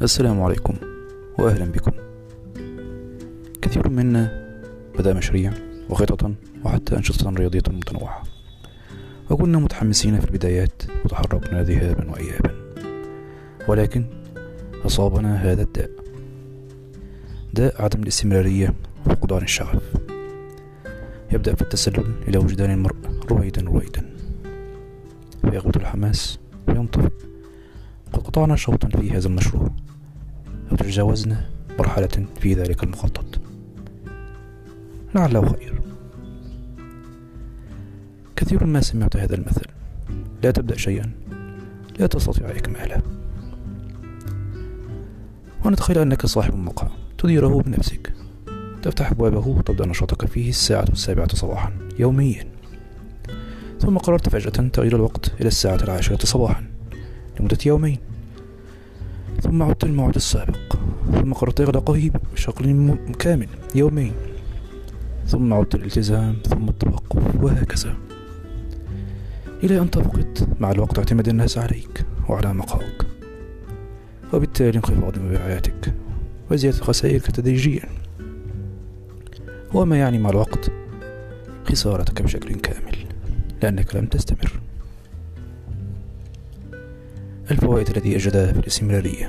السلام عليكم وأهلا بكم. كثير منا بدأ مشاريع وخططا وحتى أنشطة رياضية متنوعة، وكنا متحمسين في البدايات وتحركنا ذهابا وإيابا، ولكن أصابنا هذا الداء، داء عدم الاستمرارية وفقدان الشغف. يبدأ في التسلل إلى وجدان المرء رويدا فيغبط الحماس وينطفئ. قد قطعنا شوطا في هذا المشروع وتجاوزنا مرحلة في ذلك المخطط، لعله خير. كثير ما سمعت هذا المثل: لا تبدأ شيئا لا تستطيع إكماله. ونتخيل أنك صاحب مقهى تديره بنفسك، تفتح أبوابه وتبدأ نشاطك فيه 7:07 صباحا يوميا، ثم قررت فجأة تغيير الوقت إلى 10:10 صباحا لمدة يومين، ثم عدت للموعد السابق، ثم قررت إغلاقه بشكل كامل يومين، ثم عدت الالتزام، ثم التوقف، وهكذا إلى أن تفقد مع الوقت اعتماد الناس عليك وعلى مقهاك، وبالتالي انخفاض مبيعاتك وزيادة خسائرك تدريجيا، وما يعني مع الوقت خسارتك بشكل كامل لأنك لم تستمر. الفوائد التي أجدها في الاستمرارية: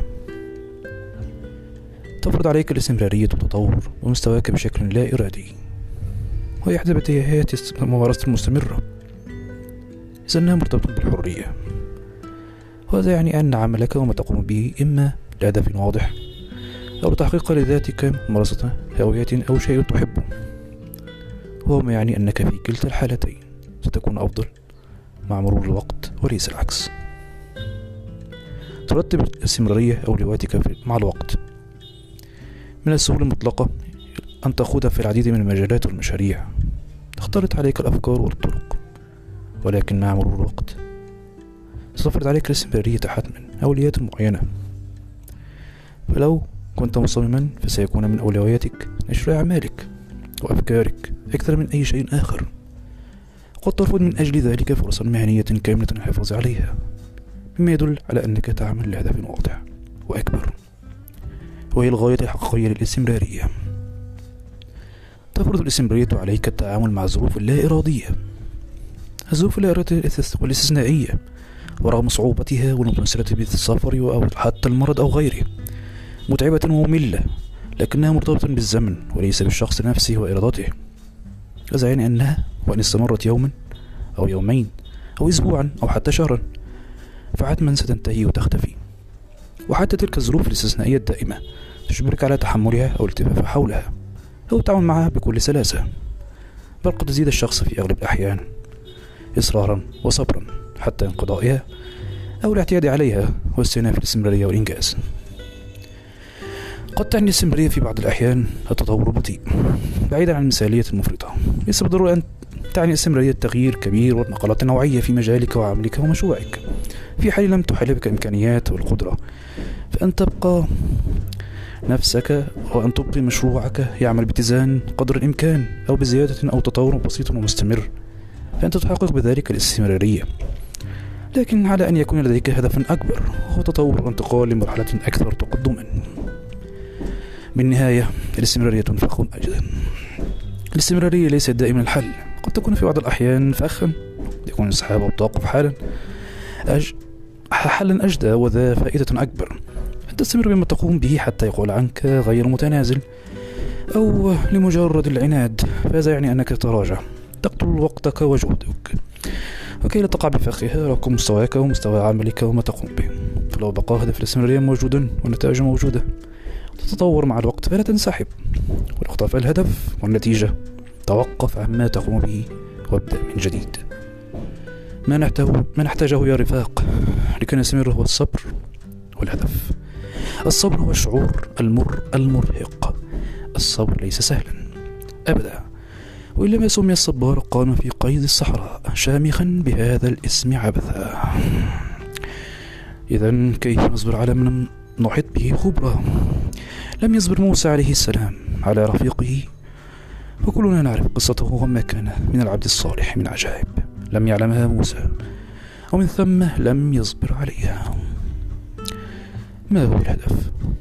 تفرض عليك الاستمرارية والتطور ومستواك بشكل لا إرادي، وهي إحدى بديهيات الممارسة المستمرة، إذ أنها مرتبطة بالحرية، وهذا يعني أن عملك وما تقوم به إما لهدف واضح أو لتحقيق لذاتك ممارسة هواية أو شيء تحبه، وهو ما يعني أنك في كلتا الحالتين ستكون أفضل مع مرور الوقت وليس العكس. ترتب الاستمرارية أولوياتك مع الوقت. من السهولة المطلقة أن تخوض في العديد من المجالات والمشاريع، تختلط عليك الأفكار والطرق، ولكن مع مرور الوقت ستفرض عليك الاستمرارية حتما أولويات معينة. فلو كنت مصمما فسيكون من أولوياتك نشر أعمالك وأفكارك أكثر من أي شيء آخر، قد ترفض من أجل ذلك فرصا مهنية كاملة للحفاظ عليها، مما يدل على أنك تعمل لهدف واضح وأكبر، وهي الغاية الحقيقية للاستمرارية. تفرض الاستمرارية عليك التعامل مع الظروف اللا إرادية. الظروف اللا إرادية والاستثنائية، ورغم صعوبتها والمتمثلة بالسفر أو حتى المرض أو غيره، متعبة ومملة، لكنها مرتبطة بالزمن وليس بالشخص نفسه وإرادته. هذا يعني أنها وإن استمرت يوما أو يومين أو أسبوعا أو حتى شهرا فحتما ستنتهي وتختفي. وحتى تلك الظروف الاستثنائية الدائمة تجبرك على تحملها أو الالتفاف حولها أو التعامل معها بكل سلاسة، بل قد يزيد الشخص في أغلب الأحيان إصرارا وصبرا حتى انقضائها أو الاعتياد عليها واستئناف الاستمرارية والإنجاز. قد تعني الاستمرارية في بعض الأحيان التطور البطيء بعيدا عن المثالية المفرطة، ليس بالضرورة أن تعني الاستمرارية تغيير كبير ونقلات نوعية في مجالك وعملك ومشروعك. في حال لم تحالفك الإمكانيات والقدرة فأن تبقى نفسك وأن تبقي مشروعك يعمل باتزان قدر الإمكان أو بزيادة أو تطور بسيط ومستمر، فأنت تحقق بذلك الاستمرارية، لكن على أن يكون لديك هدف أكبر وهو تطور وانتقال لمرحلة أكثر تقدما. بالنهاية الاستمرارية فخ أجدا. الاستمرارية ليست دائما الحل، قد تكون في بعض الأحيان فخا، يكون انسحاب أو توقف حلا أجدى وذا فائدة أكبر. تستمر بما تقوم به حتى يقول عنك غير متنازل أو لمجرد العناد، فهذا يعني أنك تتراجع، تقتل وقتك وجهدك، وكي لا تقع بفخها رقم مستواك ومستوى عملك وما تقوم به. فلو بقى هدف الاستمرارية موجودا والنتائج موجودة تتطور مع الوقت فلا تنسحب، ولو اختفى الهدف والنتيجة توقف عما تقوم به وابدأ من جديد. ما نحتاجه يا رفاق لكي نستمر هو الصبر والهدف. الصبر هو الشعور المر المرهق. الصبر ليس سهلا أبدا، وإلا ما سمي الصبار قام في قيد الصحراء شامخا بهذا الاسم عبثا. إذن كيف نصبر على من نحيط به خبرة؟ لم يصبر موسى عليه السلام على رفيقه، وكلنا نعرف قصته وما كان من العبد الصالح من عجائب لم يعلمها موسى، ومن ثم لم يصبر عليها. ما هو الهدف؟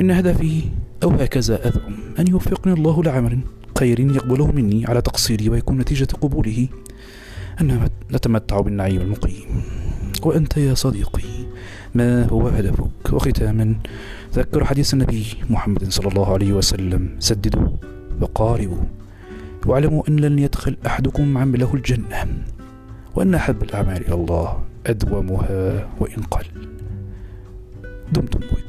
إن هدفي أو هكذا أزعم أن يوفقني الله لعمل خير يقبله مني على تقصيري، ويكون نتيجة قبوله أن نتمتع بالنعيم المقيم. وأنت يا صديقي ما هو هدفك؟ وختاما تذكر حديث النبي محمد صلى الله عليه وسلم: سددوا وقاربوا، واعلموا أن لن يدخل أحدكم عمله الجنة، وأن أحب الأعمال إلى الله أدومها وإن قل. دمتم